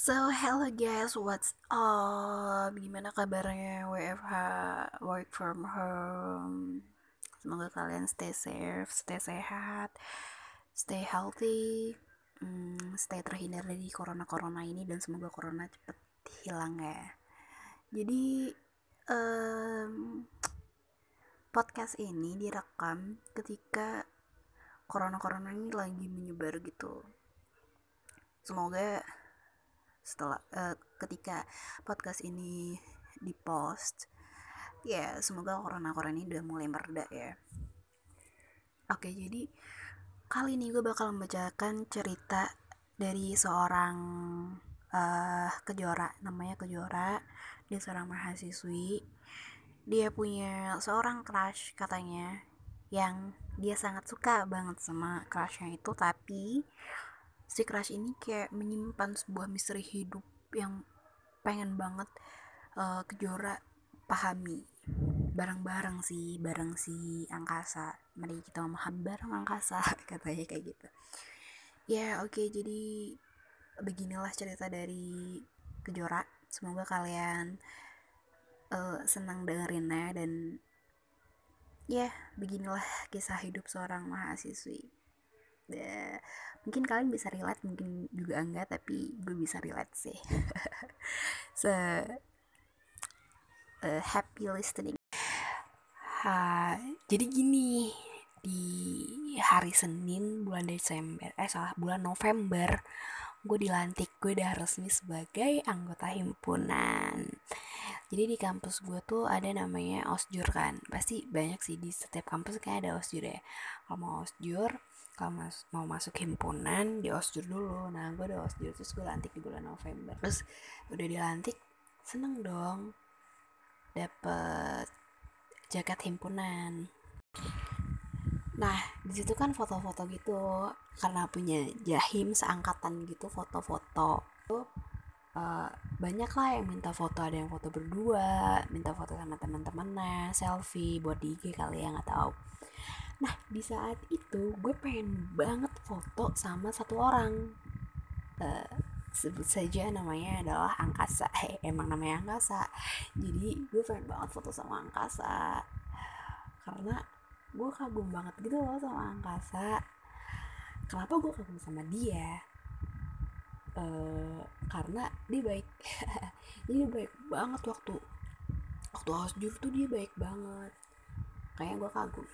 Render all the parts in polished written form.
So hello guys, what's up? Gimana kabarnya WFH, work from home? Semoga kalian stay safe, stay sehat, stay healthy, stay terhindar dari corona ini dan semoga corona cepet hilang ya. Jadi um, podcast ini direkam ketika corona ini lagi menyebar gitu. Semoga setelah ketika podcast ini dipost ya semoga corona ini udah mulai mereda ya. Oke, jadi kali ini gue bakal membacakan cerita dari seorang kejora, namanya Kejora. Dia seorang mahasiswi. Dia punya seorang crush katanya, yang dia sangat suka banget sama crushnya itu, tapi si crush ini kayak menyimpan sebuah misteri hidup yang pengen banget Kejora pahami bareng si angkasa. Mari kita memahami bareng angkasa katanya kayak gitu ya. Oke, jadi beginilah cerita dari Kejora. Semoga kalian senang dengerinnya, dan ya beginilah kisah hidup seorang mahasiswi. Mungkin kalian bisa relate, mungkin juga enggak, tapi gue bisa relate sih. So happy listening. Jadi gini, di hari Senin bulan November, gue dilantik. Gue udah resmi sebagai anggota himpunan. Jadi di kampus gue tuh ada namanya osjur kan. Pasti banyak sih, di setiap kampus kayak ada osjur ya. Kalau mau osjur, kalau mau masuk himpunan di osjur dulu. Nah, gue udah osjur, terus gue lantik di bulan November. Terus udah dilantik, seneng dong dapet jaket himpunan. Nah, di situ kan foto-foto gitu, karena punya jahim seangkatan gitu, foto-foto. Uh, Banyak lah yang minta foto, ada yang foto berdua, minta foto sama teman-temannya, selfie buat di IG kali ya, nggak tahu. Nah, di saat itu gue pengen banget foto sama satu orang. Sebut saja namanya adalah Angkasa. Emang namanya Angkasa. Jadi gue pengen banget foto sama Angkasa, karena gue kagum banget gitu loh sama Angkasa. Kenapa gue kagum sama dia? Karena dia baik. Dia baik banget waktu osjur tuh, dia baik banget. Kayak gue kagum.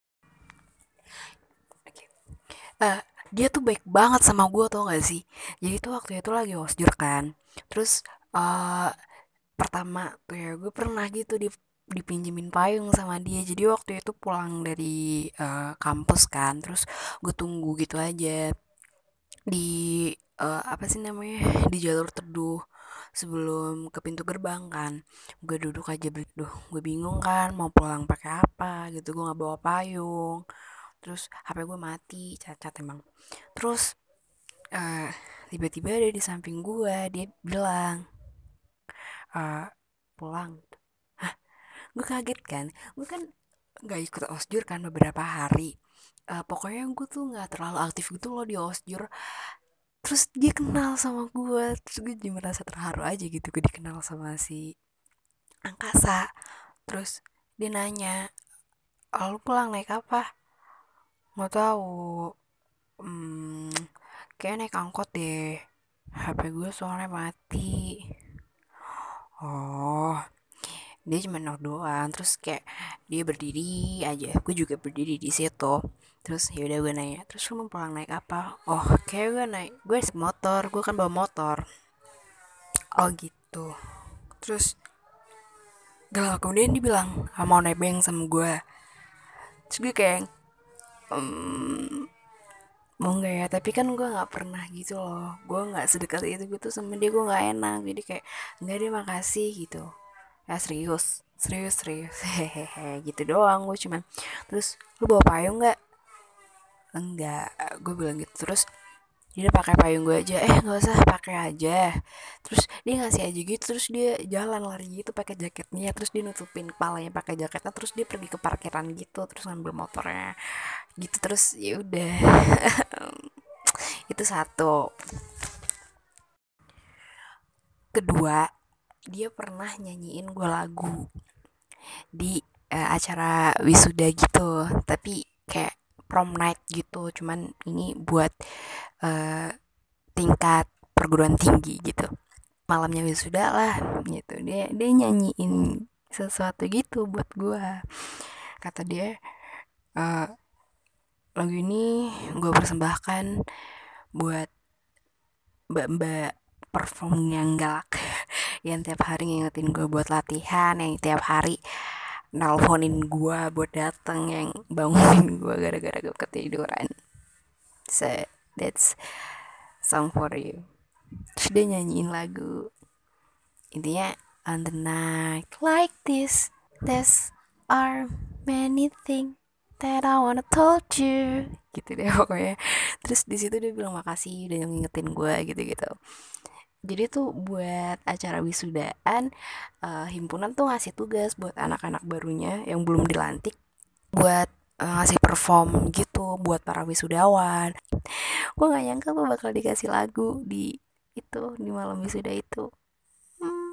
Okay. Dia tuh baik banget sama gue, tau gak sih? Jadi tuh waktu itu lagi osjur kan. Terus pertama tuh ya, gue pernah gitu dipinjemin payung sama dia. Jadi waktu itu pulang dari kampus kan, terus gue tunggu gitu aja di apa sih namanya, di jalur teduh sebelum ke pintu gerbang kan. Gue duduk aja, gue bingung kan mau pulang pakai apa gitu, gue nggak bawa payung. Terus HP gue mati, cacat emang. Terus uh, tiba-tiba ada di samping gue, dia bilang uh, pulang. Gue kaget kan, gue kan nggak ikut osjur kan beberapa hari. Pokoknya gue tuh nggak terlalu aktif gitu loh di osjur. Terus dia kenal sama gue, terus gue jadi merasa terharu aja gitu, gue dikenal sama si Angkasa. Terus dia nanya, lu pulang naik apa? Nggak tahu. hmm, Kayak naik angkot deh, HP gue soalnya mati. Oh, dia cuma nol doang. Terus kayak dia berdiri aja, gue juga berdiri di situ. Terus ya udah, gue nanya, terus lu mau pulang naik apa? Oh, kayak gue naik motor, gue kan bawa motor. Oh gitu. Terus gak lama kemudian dia bilang, mau nebeng sama gue. Terus gue kayak mau nggak ya, tapi kan gue nggak pernah gitu loh, gue nggak sedekat itu gitu sama dia, gue nggak enak. Jadi kayak nggak deh, makasih gitu. Ya serius, serius, serius. Hehehe gitu doang gue cuman. Terus lu bawa payung nggak? Enggak, gue bilang gitu. Terus dia pakai payung gue aja, nggak usah, pakai aja. Terus dia ngasih aja gitu, terus dia jalan lari gitu pakai jaketnya, terus dia nutupin kepalanya pakai jaketnya, terus dia pergi ke parkiran gitu, terus ngambil motornya gitu. Terus ya udah. Itu satu. kedua, dia pernah nyanyiin gue lagu di acara wisuda gitu, tapi kayak prom night gitu, cuman ini buat eh, tingkat perguruan tinggi gitu, malamnya wisuda lah gitu. Dia nyanyiin sesuatu gitu buat gue. Kata dia, eh, lagu ini gue persembahkan buat mbak-mbak perform yang galak yang tiap hari ngingetin gue buat latihan, yang tiap hari nelponin gue buat dateng, yang bangunin gue gara-gara gue ketiduran. So that's song for you. Terus dia nyanyiin lagu, intinya, on the night like this there's are many things that I wanna told you, gitu deh pokoknya. Terus di situ dia bilang makasih udah ngingetin gue gitu-gitu. Jadi tuh buat acara wisudaan, himpunan tuh ngasih tugas buat anak-anak barunya yang belum dilantik buat ngasih perform gitu buat para wisudawan. Gue nggak nyangka gue bakal dikasih lagu di di malam wisuda itu. Hmm.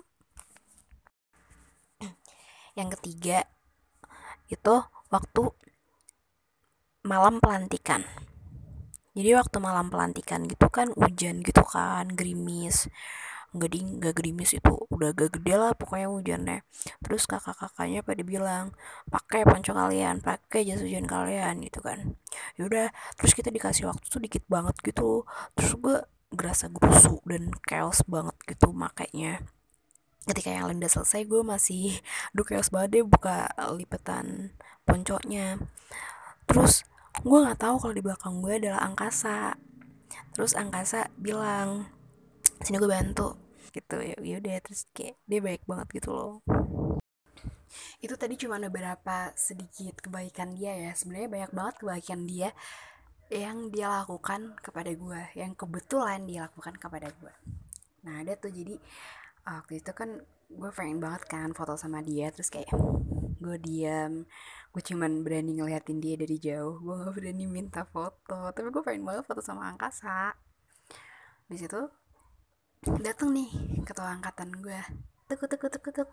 Yang ketiga itu waktu malam pelantikan. Jadi waktu malam pelantikan gitu kan hujan gitu kan, gerimis. Nggak gerimis itu udah agak gede lah pokoknya hujannya. Terus kakak-kakaknya pada bilang pakai ponco kalian, pakai jas hujan kalian gitu kan. Yaudah, terus kita dikasih waktu tuh dikit banget gitu. Terus gue gerasa gerusu dan chaos banget gitu makanya. Ketika yang lain udah selesai, gue masih chaos banget deh buka lipetan ponconya. Terus gue nggak tahu kalau di belakang gue adalah angkasa. Terus angkasa bilang, sini gue bantu gitu. Ya udah, terus kayak dia baik banget gitu loh. Itu tadi cuma beberapa sedikit kebaikan dia ya, sebenarnya banyak banget kebaikan dia yang dia lakukan kepada gue, yang kebetulan dia lakukan kepada gue. Nah ada tuh, jadi waktu itu kan gue pengen banget kan foto sama dia, terus kayak gue diam, gue cuman berani ngeliatin dia dari jauh, gue nggak berani minta foto, tapi gue pengen banget foto sama angkasa. Di situ dateng nih ketua angkatan gue, tuk,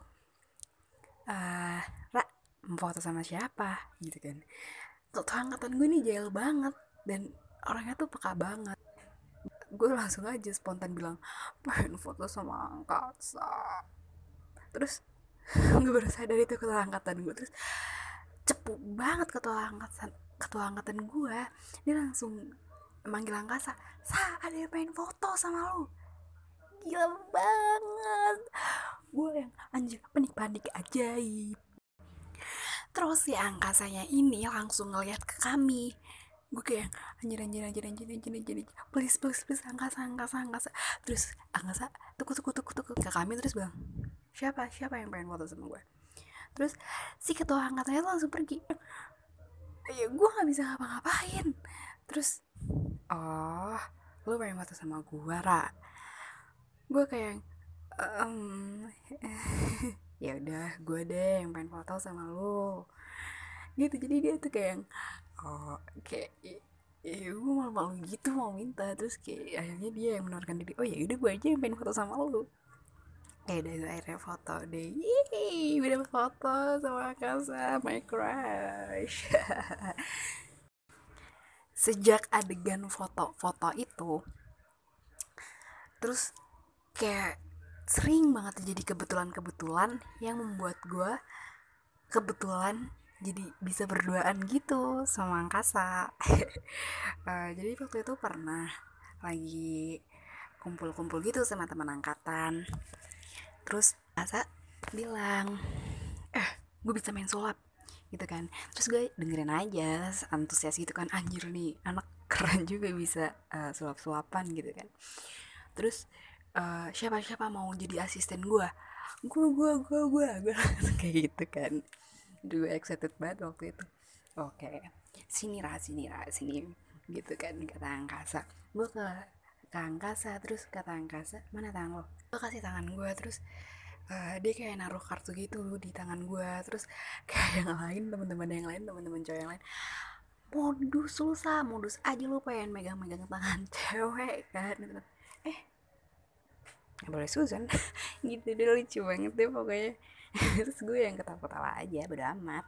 Ra, mau foto sama siapa gitu kan. Ketua angkatan gue nih jahil banget dan orangnya tuh peka banget. Gue langsung aja spontan bilang pengen foto sama angkasa. Terus gue baru sadar itu ketua angkatan gue. Terus cepu banget ketua angkatan gue, dia langsung manggil angkasa, ada yang pengen foto sama lu. Gila banget, gue yang anjir panik ajaib. Terus si angkasanya ini langsung ngeliat ke kami. Gue kayak anjir, please angkasa. Terus angkasa tuku ke kami, terus bilang, siapa yang pengen foto sama gue. Terus si ketua angkatannya langsung pergi. Ya gue nggak bisa ngapa-ngapain. Terus, oh, lu pengen foto sama gue, Ra? Gue kayak, um, ya udah, gue deh yang pengen foto sama lu gitu. Jadi dia tuh kayak, oh, kayak, ya gue malu-malu gitu mau minta. Terus kayak akhirnya dia yang menawarkan diri, oh ya udah, gue aja yang pengen foto sama lu. Udah, gue akhirnya foto deh. Yeay, gue dapet foto sama Kasa, my crush. Sejak adegan foto-foto itu, terus kayak sering banget terjadi kebetulan-kebetulan yang membuat gue kebetulan jadi bisa berduaan gitu sama angkasa. Jadi waktu itu pernah lagi kumpul-kumpul gitu sama teman angkatan. Terus angkasa bilang, gue bisa main sulap gitu kan. Terus gue dengerin aja antusias gitu kan, anjir nih anak keren juga bisa sulap-sulapan gitu kan. Terus siapa mau jadi asisten gue langsung kayak gitu kan. Gue excited banget waktu itu. Oke, sini gitu kan, kata angkasa. Gue ke angkasa, terus kata angkasa, mana tangan lo? Gue kasih tangan gue, terus dia kayak naruh kartu gitu di tangan gue. Terus kayak yang lain, teman-teman cowok yang lain, modus aja lu pengen megang-megang tangan cewek kan. boleh Susan. Gitu deh, lucu banget deh pokoknya. Terus gue yang ketawa-ketawa aja, bodo amat.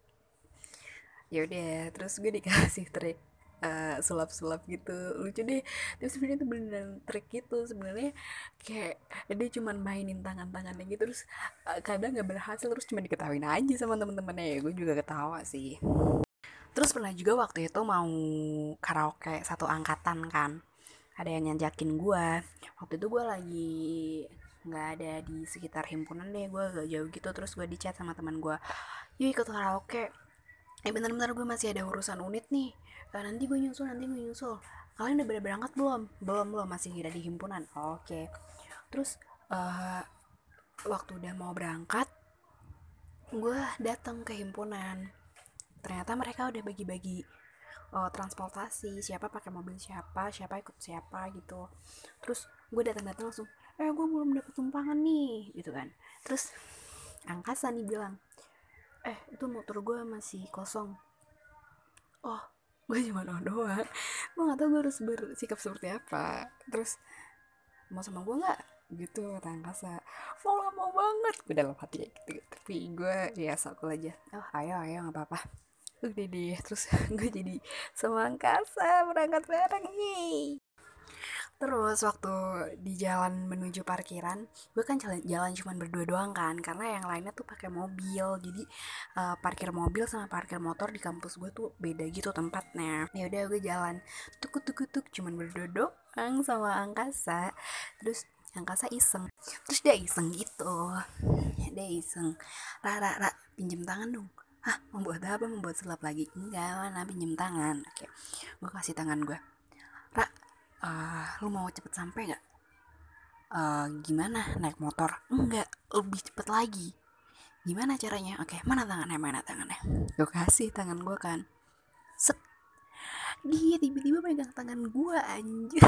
Ya udah, terus gue dikasih trik sulap-sulap gitu, lucu deh. Tapi sebenarnya itu beneran trik gitu sebenarnya, kayak dia cuman mainin tangan-tangannya gitu, terus kadang nggak berhasil, terus cuma diketawain aja sama temen-temennya. Ya gue juga ketawa sih. Terus pernah juga waktu itu mau karaoke satu angkatan kan, ada yang nyajakin gue. Waktu itu gue lagi nggak ada di sekitar himpunan deh, gue agak jauh gitu. Terus gue dicat sama teman gue, yuk ikut karaoke. Bentar-bentar, gue masih ada urusan unit nih. Nanti gue nyusul. Kalian udah pada berangkat belum? Belum, masih ada di himpunan. Oke. Terus eh, waktu udah mau berangkat, gue datang ke himpunan. Ternyata mereka udah bagi-bagi transportasi, siapa pakai mobil siapa ikut siapa gitu. Terus gue datang langsung, gue belum dapet tumpangan nih, gitu kan. Terus angkasa nih bilang, itu motor gue masih kosong. Oh, gue cuma doang. Gue nggak tahu gue harus bersikap seperti apa. Terus, mau sama gue nggak, gitu kata angkasa. Mau banget, gue dalam hati ya gitu. Tapi gue ya sok aja, oh ayo nggak apa-apa. Udah deh, terus gue jadi sama angkasa berangkat bareng nih. Terus waktu di jalan menuju parkiran, gue kan jalan cuma berdua doang kan, karena yang lainnya tuh pakai mobil. Jadi parkir mobil sama parkir motor di kampus gue tuh beda gitu tempatnya. Ya udah, gue jalan tuk cuman berdua doang sama angkasa. Terus angkasa iseng, terus dia iseng gitu, dia iseng, ra pinjem tangan dong. Hah, membuat apa? Membuat sulap lagi? Enggak, mana pinjem tangan. Oke, gue kasih tangan gue. Ra, lu mau cepet sampai nggak? Gimana, naik motor? Enggak, lebih cepet lagi. Gimana caranya? Oke, mana tangannya? Gue kasih tangan gue kan. Set, dia tiba-tiba megang tangan gue, anjir.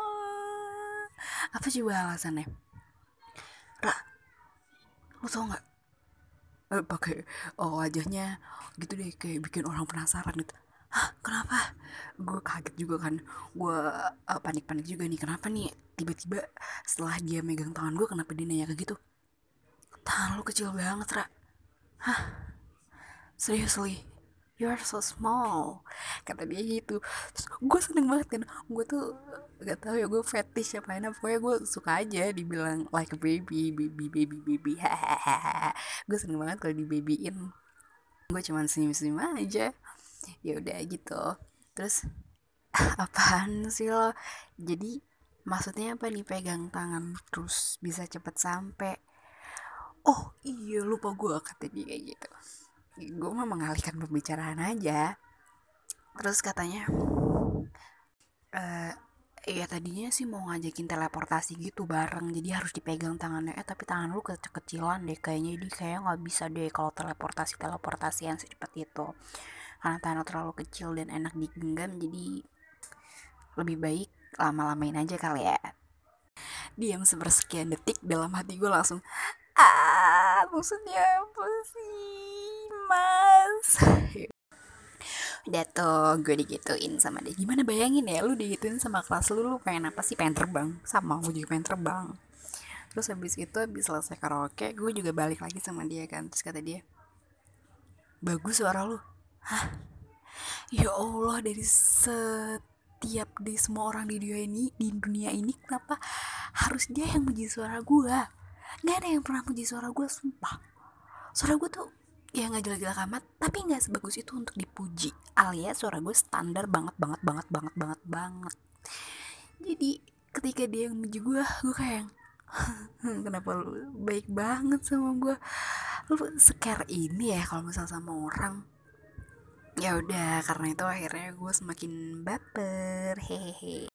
Apa coba alasannya? Ra, lu tau nggak? Pakai wajahnya gitu deh, kayak bikin orang penasaran gitu. Hah, kenapa? Gue kaget juga kan. Gue panik juga nih, kenapa nih tiba-tiba setelah dia megang tangan gue, kenapa dia nanya kayak gitu? Tangan lu kecil banget, Ra. Seriously, you are so small, kata dia gitu. Terus gue seneng banget kan. Gue tuh gak tahu ya, gue fetish apa ini, pokoknya gue suka aja dibilang like a baby. Hahaha. Gue seneng banget kalau dibabyin. Gue cuman senyum aja. Ya udah gitu. Terus apaan sih lo? Jadi maksudnya apa nih pegang tangan terus bisa cepet sampai? Oh iya, lupa gue, kata dia kayak gitu. Gue mah mengalihkan pembicaraan aja. Terus katanya, iya tadinya sih mau ngajakin teleportasi gitu bareng, jadi harus dipegang tangannya. Tapi tangan lu kecil-kecilan deh kayaknya, jadi kayak nggak bisa deh kalau teleportasi yang secepat itu. Karena tangan lu terlalu kecil dan enak digenggam, jadi lebih baik lama-lamain aja kali ya. Diam sepersekian detik, dalam hati gue langsung, maksudnya apa sih, Mas? Udah tuh, gue digituin sama dia. Gimana, bayangin ya, lu digituin sama kelas lu pengen apa sih? Pengen terbang. Sama, gue juga pengen terbang. Terus habis selesai karaoke, gue juga balik lagi sama dia kan. Terus kata dia, bagus suara lu. Hah? Ya Allah, di semua orang di dunia ini, kenapa harus dia yang muji suara gue? Gak ada yang pernah muji suara gue, sumpah. Suara gue tuh ya nggak jelek-jelek amat, tapi nggak sebagus itu untuk dipuji. Alias suara gue standar banget. Jadi ketika dia yang muji gue kayak, kenapa lu baik banget sama gue? Lu scare ini ya kalau misal sama orang. Ya udah, karena itu akhirnya gue semakin baper. Hehehe.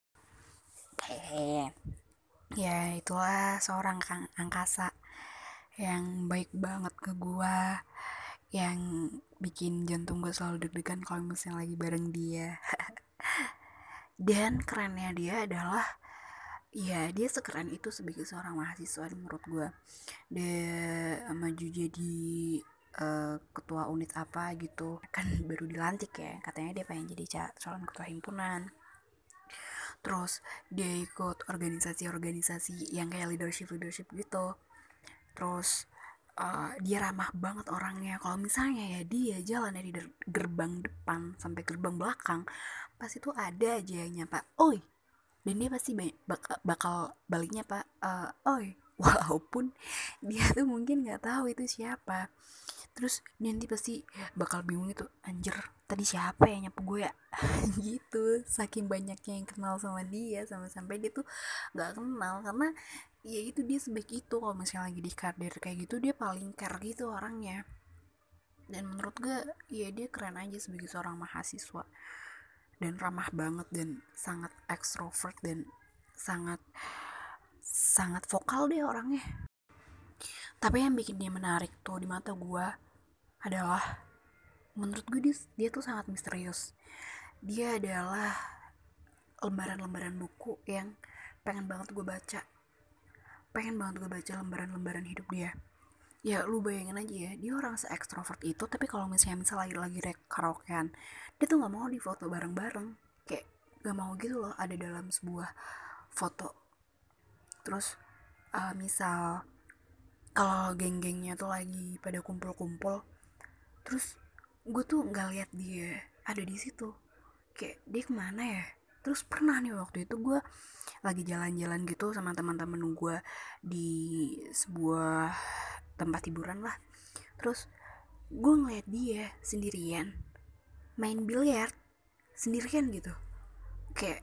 Ya itulah seorang Kang Angkasa yang baik banget ke gue, yang bikin jantung gue selalu deg-degan kalau misalnya lagi bareng dia. Dan kerennya dia adalah, ya dia sekeren itu sebagai seorang mahasiswa menurut gue. Dia maju jadi ketua unit apa gitu kan, baru dilantik ya, katanya dia pengen jadi calon ketua himpunan. Terus dia ikut organisasi-organisasi yang kayak leadership gitu. Terus dia ramah banget orangnya. Kalau misalnya ya dia jalan dari gerbang depan sampai gerbang belakang, pasti tuh ada aja yang nyapa, oi. Dan dia pasti bakal baliknya pak, oi. Walaupun dia tuh mungkin nggak tahu itu siapa. Terus nanti pasti bakal bingung itu, anjir tadi siapa ya nyapa gue ya. Gitu, saking banyaknya yang kenal sama dia, sampai dia tuh nggak kenal, karena ya itu dia sebaik itu. Kalau misalnya lagi di kader kayak gitu dia paling care gitu orangnya. Dan menurut gue ya dia keren aja sebagai seorang mahasiswa, dan ramah banget dan sangat ekstrovert dan sangat sangat vokal deh orangnya. Tapi yang bikin dia menarik tuh di mata gue adalah, menurut gue dia tuh sangat misterius. Dia adalah lembaran-lembaran buku yang pengen banget gue baca. Pengen banget gue baca lembaran-lembaran hidup dia. Ya lu bayangin aja ya, dia orang se-ekstrovert itu, tapi kalau misalnya lagi karaokean, dia tuh nggak mau di foto bareng-bareng, kayak nggak mau gitu loh ada dalam sebuah foto. Terus misal kalau geng-gengnya tuh lagi pada kumpul-kumpul, terus gue tuh nggak lihat dia ada di situ, kayak dia kemana ya. Terus pernah nih waktu itu gue lagi jalan-jalan gitu sama teman-teman gue di sebuah tempat hiburan lah. Terus gue ngeliat dia sendirian main biliar sendirian gitu, kayak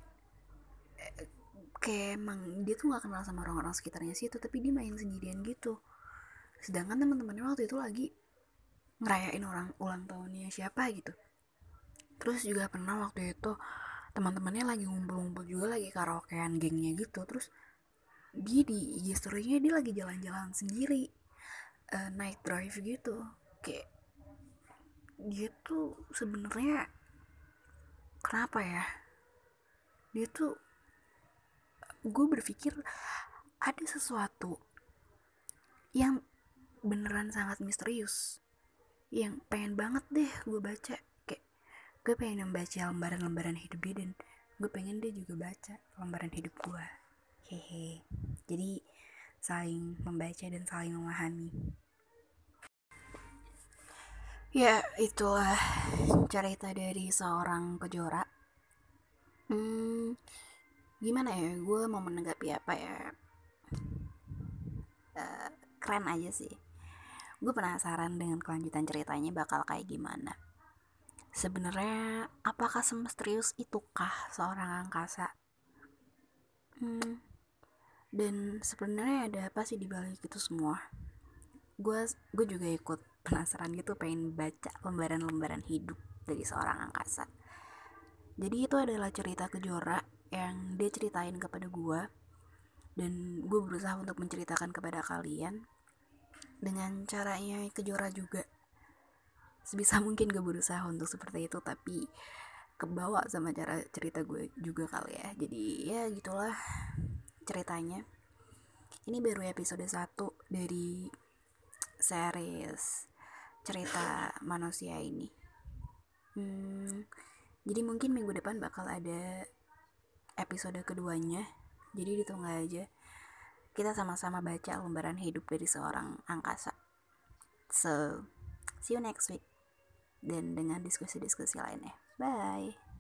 emang dia tuh nggak kenal sama orang-orang sekitarnya situ, tapi dia main sendirian gitu. Sedangkan teman-temannya waktu itu lagi ngerayain orang ulang tahunnya siapa gitu. Terus juga pernah waktu itu teman-temannya lagi ngumpul-ngumpul juga, lagi karaokean gengnya gitu. Terus dia di IG story-nya dia lagi jalan-jalan sendiri, night drive gitu. Kayak dia tuh sebenarnya kenapa ya, dia tuh, gue berpikir ada sesuatu yang beneran sangat misterius yang pengen banget deh gue baca. Kayak gue pengen membaca lembaran-lembaran hidup dia, dan gue pengen dia juga baca lembaran hidup gue. Hehe. Jadi saling membaca dan saling memahami. Ya itulah cerita dari seorang Kejora. Gimana ya, gue mau menanggapi apa ya, keren aja sih. Gue penasaran dengan kelanjutan ceritanya bakal kayak gimana. Sebenarnya apakah semisterius itukah seorang angkasa? Dan sebenarnya ada apa sih di balik itu semua? Gue juga ikut penasaran gitu, pengen baca lembaran-lembaran hidup dari seorang angkasa. Jadi itu adalah cerita Kejora yang dia ceritain kepada gue, dan gue berusaha untuk menceritakan kepada kalian dengan caranya Kejora juga. Sebisa mungkin gue berusaha untuk seperti itu, tapi kebawa sama cara cerita gue juga kali ya. Jadi ya gitulah ceritanya. Ini baru episode 1 dari series cerita manusia ini. Jadi mungkin minggu depan bakal ada episode keduanya. Jadi ditunggu aja. Kita sama-sama baca lembaran hidup dari seorang angkasa. So, see you next week. Dan dengan diskusi-diskusi lainnya. Bye.